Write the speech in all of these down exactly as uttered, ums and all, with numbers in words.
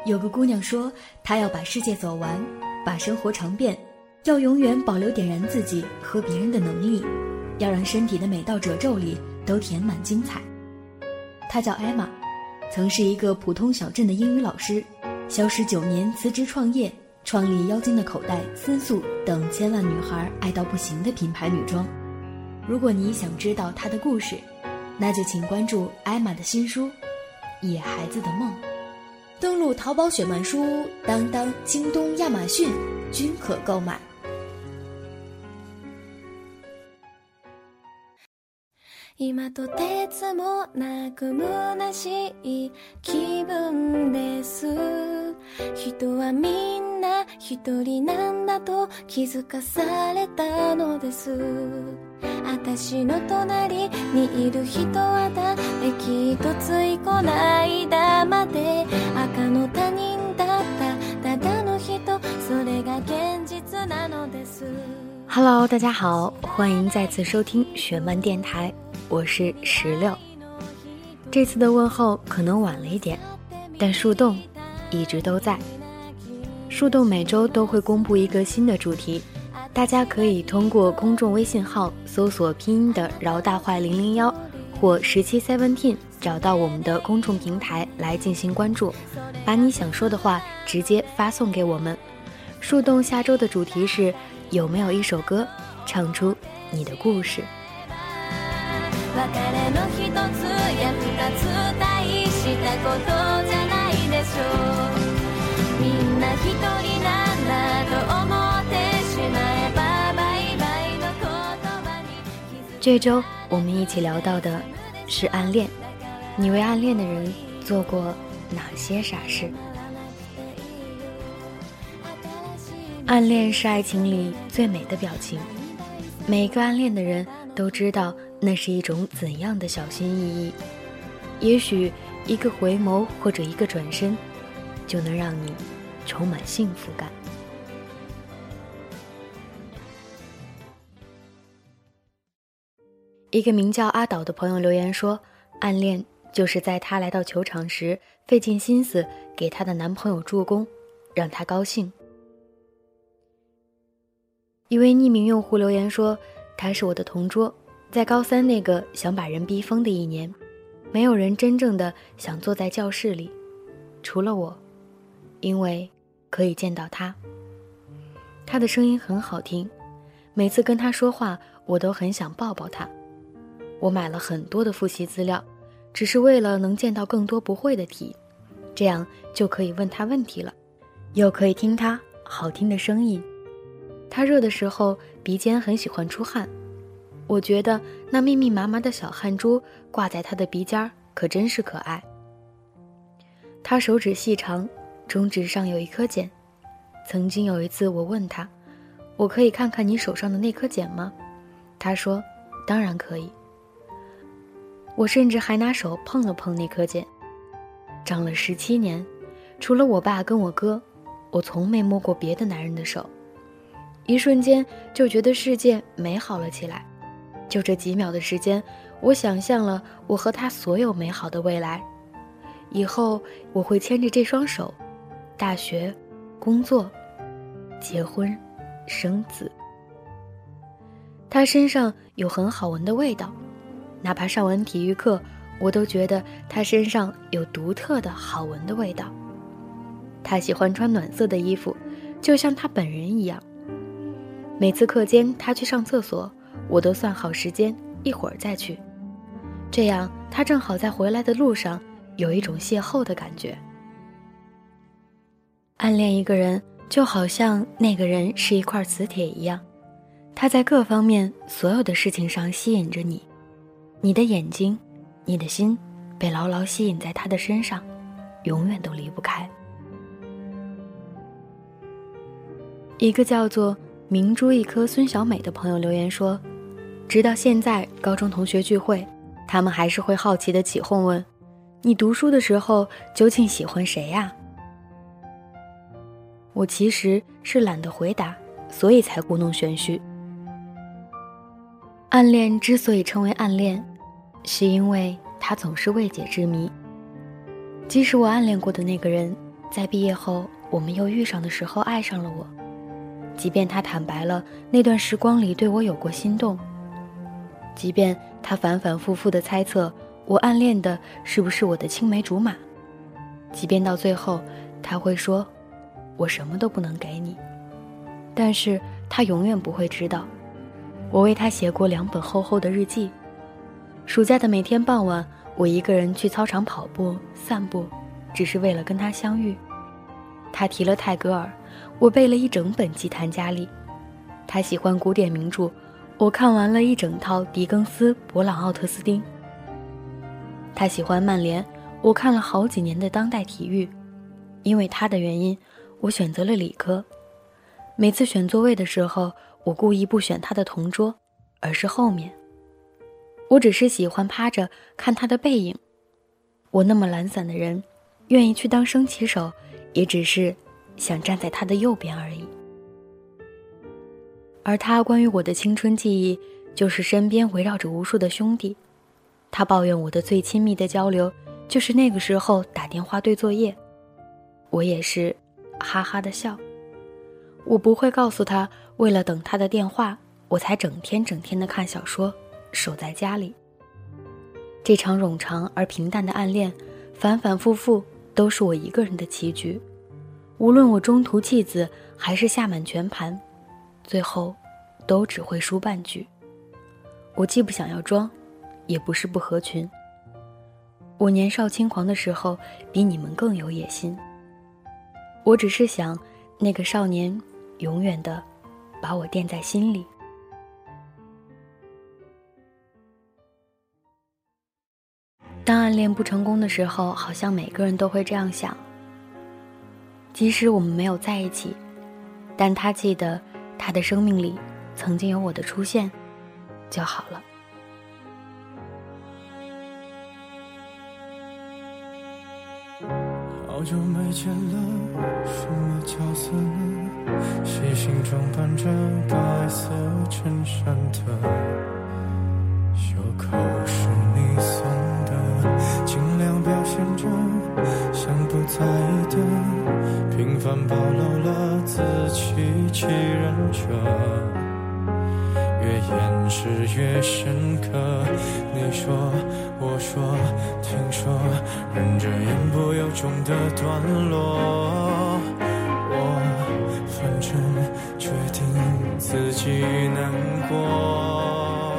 有个姑娘说，她要把世界走完，把生活尝遍，要永远保留点燃自己和别人的能力，要让身体的每道褶皱里都填满精彩。她叫艾玛，曾是一个普通小镇的英语老师，消失九年辞职创业，创立妖精的口袋、思素等千万女孩爱到不行的品牌女装。如果你想知道她的故事，那就请关注艾玛的新书《野孩子的梦》。登录淘宝雪漫书屋、当当、京东、亚马逊均可购买。 今とてつもなく虚しい気分です。人はみんな一人なんだと気づかされたのです。私の隣にいる人は誰きっとついこないだまで赤の他人だったただの人、それが現実なのです。 Hello， 大家好，欢迎再次收听雪漫电台，我是石榴。这次的问候可能晚了一点，但树洞一直都在。树洞每周都会公布一个新的主题，大家可以通过公众微信号搜索拼音的饶大坏零零一或十七 seventeen 找到我们的公众平台来进行关注，把你想说的话直接发送给我们。树洞下周的主题是有没有一首歌唱出你的故事。这周我们一起聊到的是暗恋，你为暗恋的人做过哪些傻事？暗恋是爱情里最美的表情，每个暗恋的人都知道那是一种怎样的小心翼翼，也许一个回眸或者一个转身就能让你充满幸福感。一个名叫阿岛的朋友留言说，暗恋就是在她来到球场时费尽心思给她的男朋友助攻，让她高兴。一位匿名用户留言说，他是我的同桌，在高三那个想把人逼疯的一年，没有人真正的想坐在教室里，除了我，因为可以见到他。他的声音很好听，每次跟他说话我都很想抱抱他。我买了很多的复习资料，只是为了能见到更多不会的题，这样就可以问他问题了，又可以听他好听的声音。他热的时候鼻尖很喜欢出汗，我觉得那密密麻麻的小汗珠挂在他的鼻尖可真是可爱。他手指细长，中指上有一颗茧。曾经有一次我问他，我可以看看你手上的那颗茧吗？他说当然可以。我甚至还拿手碰了碰那颗茧。长了十七年，除了我爸跟我哥，我从没摸过别的男人的手。一瞬间就觉得世界美好了起来，就这几秒的时间，我想象了我和他所有美好的未来。以后我会牵着这双手，大学、工作、结婚、生子。他身上有很好闻的味道，哪怕上完体育课，我都觉得他身上有独特的好闻的味道。他喜欢穿暖色的衣服，就像他本人一样。每次课间他去上厕所，我都算好时间，一会儿再去，这样他正好在回来的路上，有一种邂逅的感觉。暗恋一个人就好像那个人是一块磁铁一样，他在各方面所有的事情上吸引着你，你的眼睛，你的心被牢牢吸引在他的身上，永远都离不开。一个叫做明珠一颗孙小美的朋友留言说，直到现在高中同学聚会，他们还是会好奇地起哄问，你读书的时候究竟喜欢谁呀？我其实是懒得回答，所以才故弄玄虚。暗恋之所以称为暗恋，是因为它总是未解之谜。即使我暗恋过的那个人在毕业后我们又遇上的时候爱上了我，即便他坦白了那段时光里对我有过心动，即便他反反复复地猜测我暗恋的是不是我的青梅竹马，即便到最后他会说我什么都不能给你，但是他永远不会知道，我为他写过两本厚厚的日记。暑假的每天傍晚，我一个人去操场跑步散步，只是为了跟他相遇。他提了泰戈尔，我背了一整本吉檀迦利。他喜欢古典名著，我看完了一整套狄更斯、勃朗奥特斯汀。他喜欢曼联，我看了好几年的当代体育。因为他的原因，我选择了理科。每次选座位的时候，我故意不选他的同桌，而是后面。我只是喜欢趴着看他的背影。我那么懒散的人，愿意去当升旗手，也只是想站在他的右边而已。而他关于我的青春记忆，就是身边围绕着无数的兄弟。他抱怨我的最亲密的交流，就是那个时候打电话对作业。我也是哈哈的笑。我不会告诉他，为了等他的电话，我才整天整天的看小说，守在家里。这场冗长而平淡的暗恋，反反复复都是我一个人的棋局。无论我中途弃子还是下满全盘，最后都只会输半局。我既不想要装，也不是不合群。我年少轻狂的时候，比你们更有野心。我只是想，那个少年永远的把我垫在心里。当暗恋不成功的时候，好像每个人都会这样想。即使我们没有在一起，但他记得他的生命里曾经有我的出现就好了。 好久没见了，什么角色呢？细心装扮着白色衬衫的，袖口是你送的，尽量表现着像不在意的，平凡暴露了自欺欺人者，越掩饰越深刻。你说我说听说，忍着言不由衷的段落，我反正决定自己难过。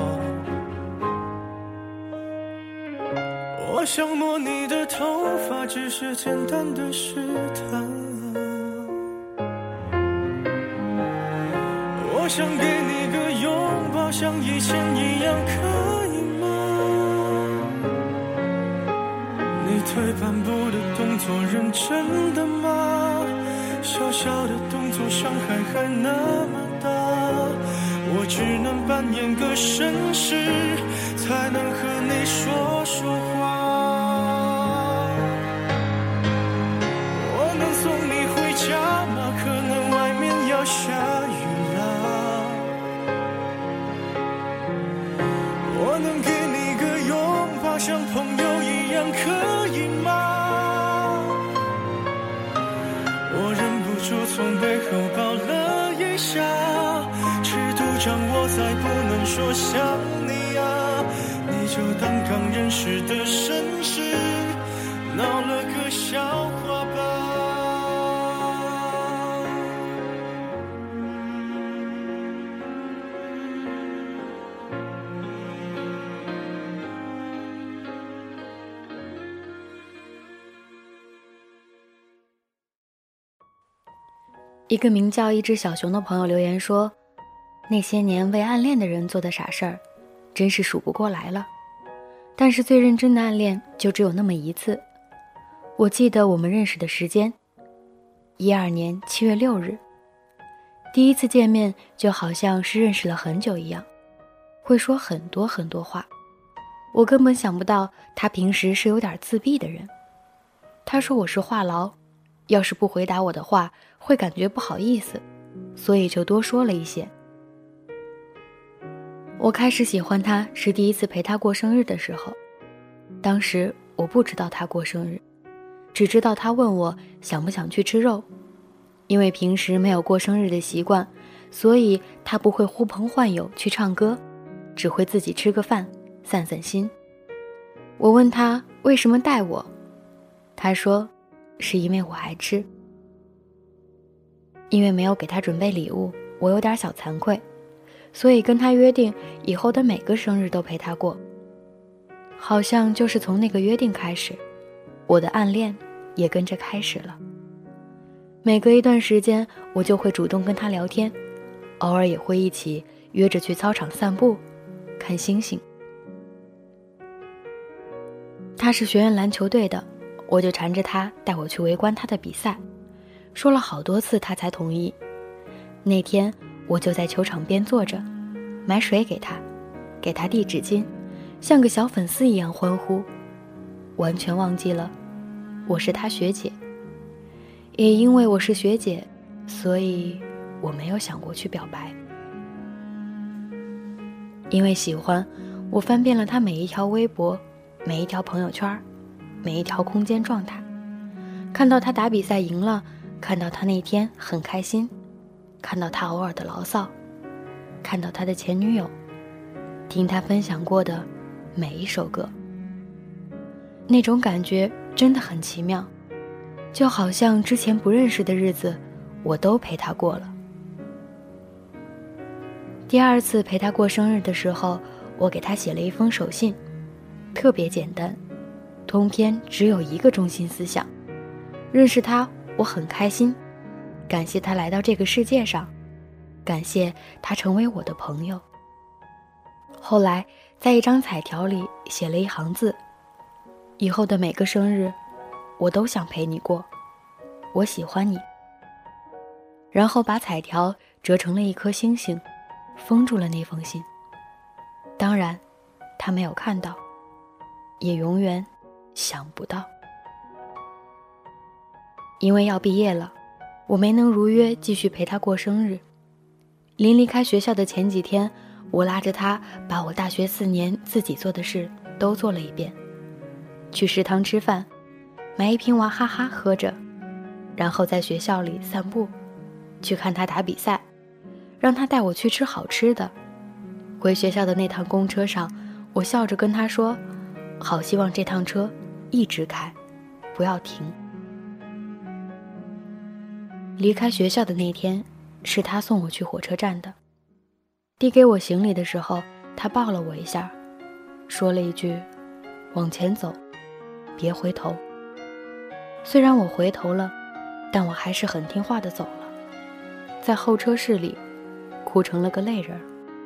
我想摸你的头发，只是简单的试探，我想给你个拥抱，像以前一样，可以吗？你退半步的动作认真的吗？小小的动作伤害还那么大，我只能扮演个绅士，才能和你说说话。我能送你回家吗？可能外面要下雨了。我能给你个拥抱，像朋友一样，可以吗？我忍不住从背后抱了一下，尺度掌握在不能说想你啊，你就当刚认识的绅士，闹了个笑话吧。 一个名叫一只小熊的朋友留言说，那些年为暗恋的人做的傻事儿真是数不过来了，但是最认真的暗恋就只有那么一次。我记得我们认识的时间，一二年七月六日，第一次见面就好像是认识了很久一样，会说很多很多话。我根本想不到他平时是有点自闭的人。他说我是话痨，要是不回答我的话会感觉不好意思，所以就多说了一些。我开始喜欢他是第一次陪他过生日的时候，当时我不知道他过生日， 只知道他问我想不想去吃肉。因为平时没有过生日的习惯，所以他不会呼朋唤友去唱歌，只会自己吃个饭散散心。我问他为什么带我，他说是因为我爱吃。因为没有给他准备礼物，我有点小惭愧，所以跟他约定以后的每个生日都陪他过。好像就是从那个约定开始，我的暗恋也跟着开始了。每隔一段时间，我就会主动跟他聊天，偶尔也会一起约着去操场散步看星星。他是学院篮球队的，我就缠着他带我去围观他的比赛，说了好多次他才同意。那天我就在球场边坐着，买水给他，给他递纸巾，像个小粉丝一样欢呼，完全忘记了我是他学姐。也因为我是学姐，所以我没有想过去表白。因为喜欢，我翻遍了他每一条微博，每一条朋友圈，每一条空间状态，看到他打比赛赢了，看到他那天很开心，看到他偶尔的牢骚，看到他的前女友，听他分享过的每一首歌。那种感觉真的很奇妙，就好像之前不认识的日子我都陪他过了。第二次陪他过生日的时候，我给他写了一封手信，特别简单，通篇只有一个中心思想：认识他我很开心，感谢他来到这个世界上，感谢他成为我的朋友。后来在一张彩条里写了一行字：以后的每个生日我都想陪你过，我喜欢你。然后把彩条折成了一颗星星，封住了那封信。当然他没有看到，也永远想不到。因为要毕业了，我没能如约继续陪他过生日。临离开学校的前几天，我拉着他把我大学四年自己做的事都做了一遍。去食堂吃饭，买一瓶娃哈哈喝着，然后在学校里散步，去看他打比赛，让他带我去吃好吃的。回学校的那趟公车上，我笑着跟他说，好希望这趟车一直开，不要停。离开学校的那天，是他送我去火车站的。递给我行李的时候，他抱了我一下，说了一句，往前走，别回头。虽然我回头了，但我还是很听话地走了，在候车室里哭成了个泪人。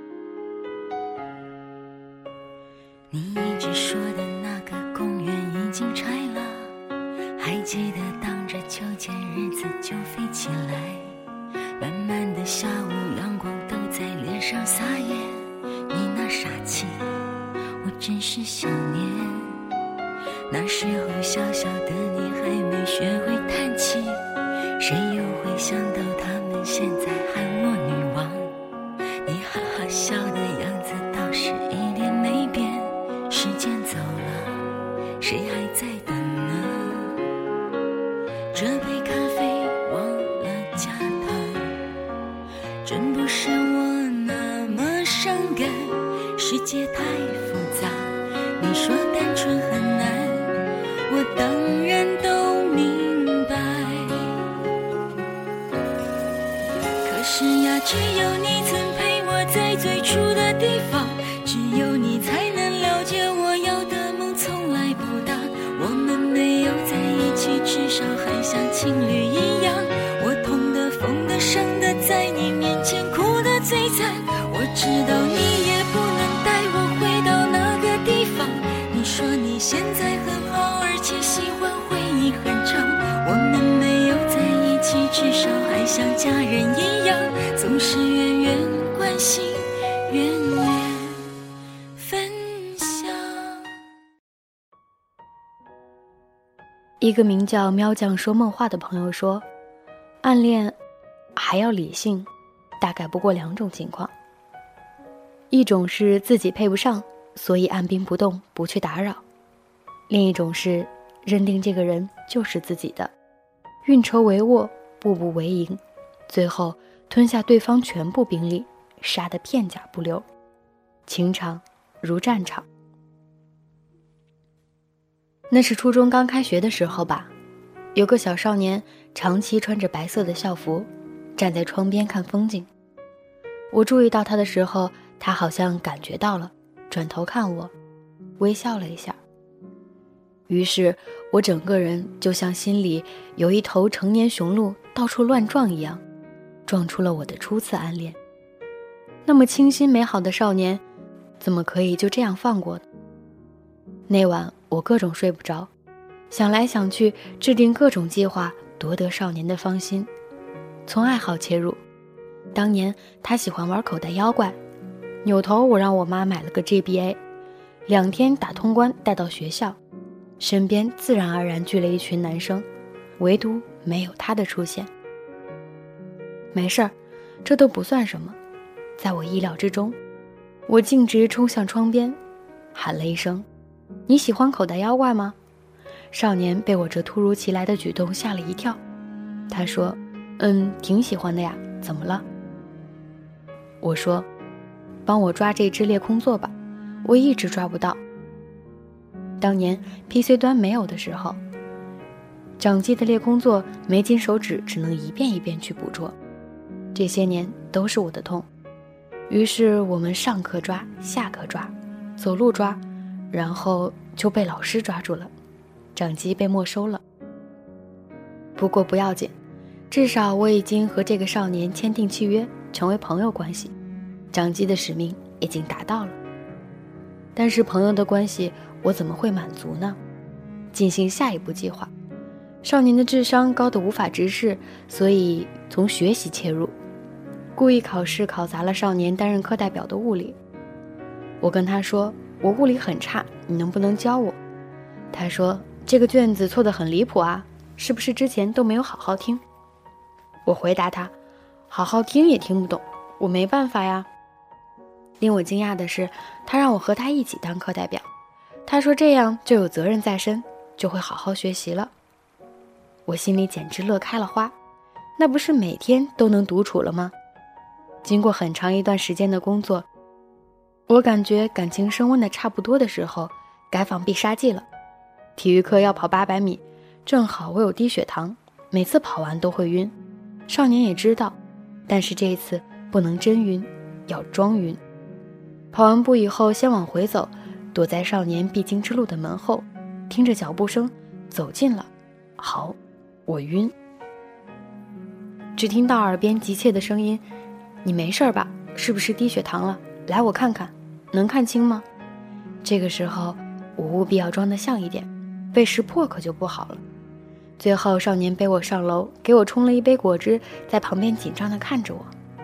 你一直说的那个公园已经拆了，还记得荡着秋千日子就飞起来，慢慢的下午阳光都在脸上撒野，你那傻气我真是想念。那时候小小的你还没学会叹气，谁又会想到他们现在喊我女王。你哈哈笑的样子倒是一点没变，时间走了，谁还在等呢？这杯咖啡忘了加糖，真不是我那么伤感，世界太复杂，你说单纯很难，我当然都明白。可是呀，只有你曾陪我在最初的地方，只有你才能了解我要的梦从来不大。我们没有在一起，至少还像情侣一样，我痛的疯的伤的在你面前哭得最惨。我知道你也不能带我回到那个地方，你说你现在很好，而且喜欢回忆很长。我们没有在一起，至少还像家人一样，总是远远关心，远远分享。 一个名叫喵酱说梦话的朋友说，暗恋还要理性，大概不过两种情况。一种是自己配不上，所以按兵不动，不去打扰；另一种是认定这个人就是自己的，运筹帷幄，步步为营，最后吞下对方全部兵力，杀得片甲不留，情场如战场。那是初中刚开学的时候吧，有个小少年长期穿着白色的校服，站在窗边看风景。我注意到他的时候，他好像感觉到了，转头看我，微笑了一下。于是我整个人就像心里有一头成年雄鹿到处乱撞一样，撞出了我的初次暗恋。那么清新美好的少年，怎么可以就这样放过呢？那晚我各种睡不着，想来想去，制定各种计划，夺得少年的芳心。从爱好切入，当年他喜欢玩口袋妖怪，扭头我让我妈买了个 G B A， 两天打通关带到学校，身边自然而然聚了一群男生，唯独没有他的出现。没事儿，这都不算什么。在我意料之中，我径直冲向窗边，喊了一声：“你喜欢口袋妖怪吗？”少年被我这突如其来的举动吓了一跳，他说：“嗯，挺喜欢的呀，怎么了？”我说：“帮我抓这只裂空座吧，我一直抓不到。”当年 P C 端没有的时候，掌机的裂空座没金手指只能一遍一遍去捕捉，这些年都是我的痛。于是我们上课抓，下课抓，走路抓，然后就被老师抓住了，掌机被没收了。不过不要紧，至少我已经和这个少年签订契约，成为朋友关系，掌机的使命已经达到了。但是朋友的关系我怎么会满足呢？进行下一步计划。少年的智商高得无法直视，所以从学习切入，故意考试考砸了少年担任课代表的物理。我跟他说，我物理很差，你能不能教我？他说，这个卷子错得很离谱啊，是不是之前都没有好好听？我回答他，好好听也听不懂，我没办法呀。令我惊讶的是，他让我和他一起当课代表，他说这样就有责任在身，就会好好学习了。我心里简直乐开了花，那不是每天都能独处了吗？经过很长一段时间的工作，我感觉感情升温的差不多的时候，该放必杀技了。体育课要跑八百米，正好我有低血糖，每次跑完都会晕。少年也知道，但是这一次不能真晕，要装晕。跑完步以后，先往回走，躲在少年必经之路的门后，听着脚步声走近了。好，我晕。只听到耳边急切的声音，你没事吧？是不是低血糖了？来，我看看，能看清吗？这个时候我务必要装得像一点，被识破可就不好了。最后少年背我上楼，给我冲了一杯果汁，在旁边紧张地看着我。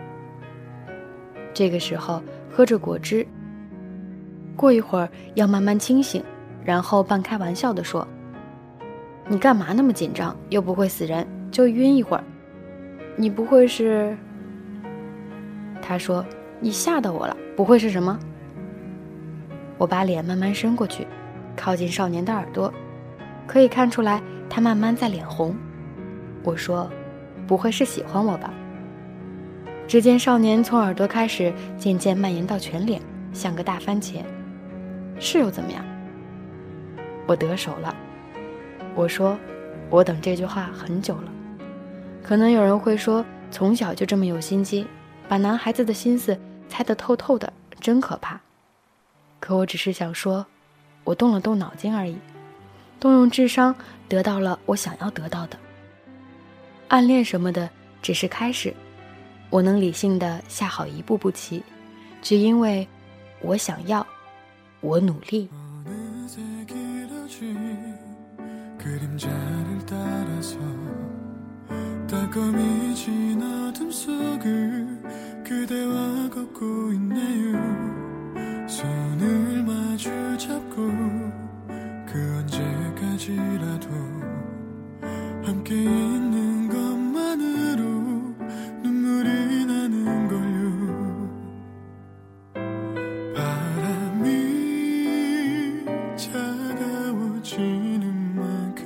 这个时候喝着果汁，过一会儿要慢慢清醒，然后半开玩笑地说，你干嘛那么紧张？又不会死人，就晕一会儿。你不会是……他说，你吓到我了，不会是什么？我把脸慢慢伸过去，靠近少年的耳朵，可以看出来他慢慢在脸红。我说，不会是喜欢我吧？只见少年从耳朵开始渐渐蔓延到全脸，像个大番茄。是又怎么样？我得手了。我说，我等这句话很久了。可能有人会说，从小就这么有心机，把男孩子的心思猜得透透的，真可怕。可我只是想说，我动了动脑筋而已，动用智商得到了我想要得到的。暗恋什么的只是开始，我能理性的下好一步步棋，只因为我想要，我努力。 차가워지는 만큼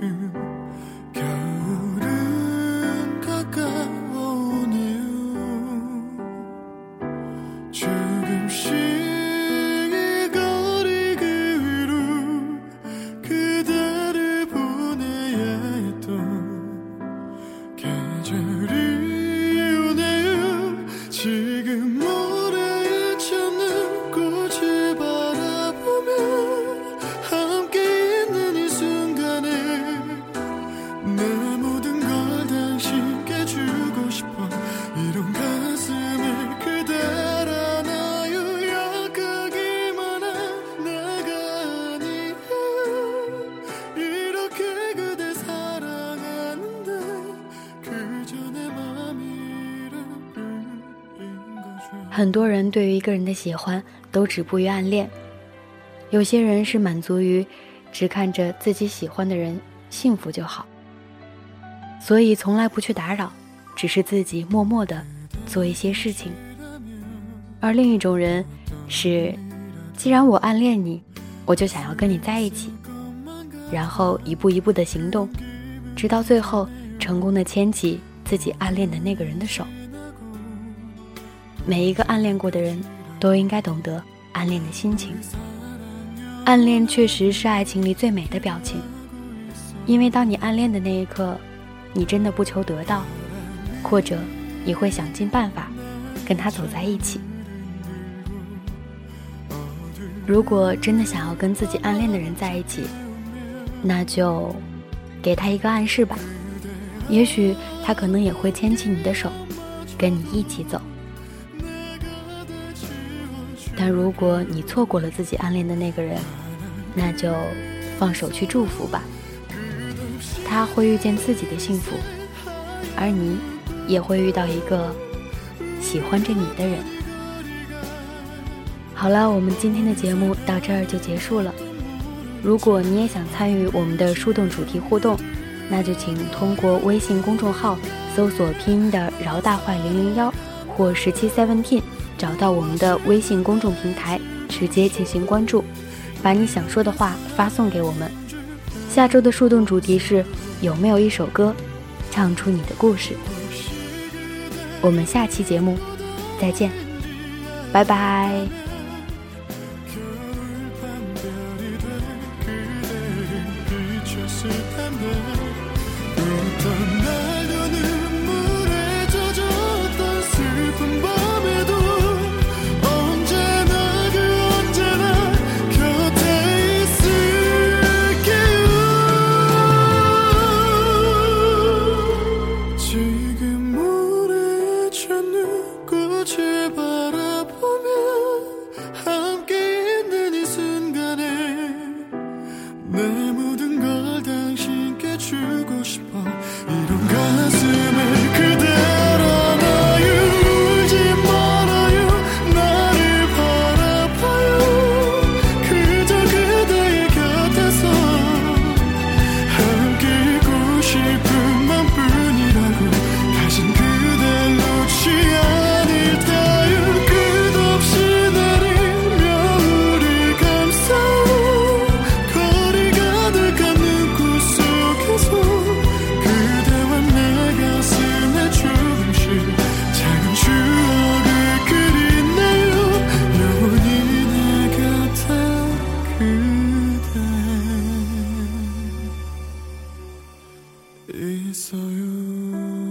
很多人对于一个人的喜欢都止步于暗恋，有些人是满足于只看着自己喜欢的人幸福就好，所以从来不去打扰，只是自己默默地做一些事情。而另一种人是，既然我暗恋你，我就想要跟你在一起，然后一步一步的行动，直到最后成功的牵起自己暗恋的那个人的手。每一个暗恋过的人都应该懂得暗恋的心情。暗恋确实是爱情里最美的表情，因为当你暗恋的那一刻，你真的不求得到，或者你会想尽办法跟他走在一起。如果真的想要跟自己暗恋的人在一起，那就给他一个暗示吧，也许他可能也会牵起你的手跟你一起走。但如果你错过了自己暗恋的那个人，那就放手去祝福吧，他会遇见自己的幸福，而你也会遇到一个喜欢着你的人。好了，我们今天的节目到这儿就结束了。如果你也想参与我们的树洞主题互动，那就请通过微信公众号搜索拼音的饶大坏零零一或十七 seventeen， 找到我们的微信公众平台，直接进行关注，把你想说的话发送给我们。下周的树洞主题是有没有一首歌唱出你的故事。我们下期節目再见，拜拜。 있어요.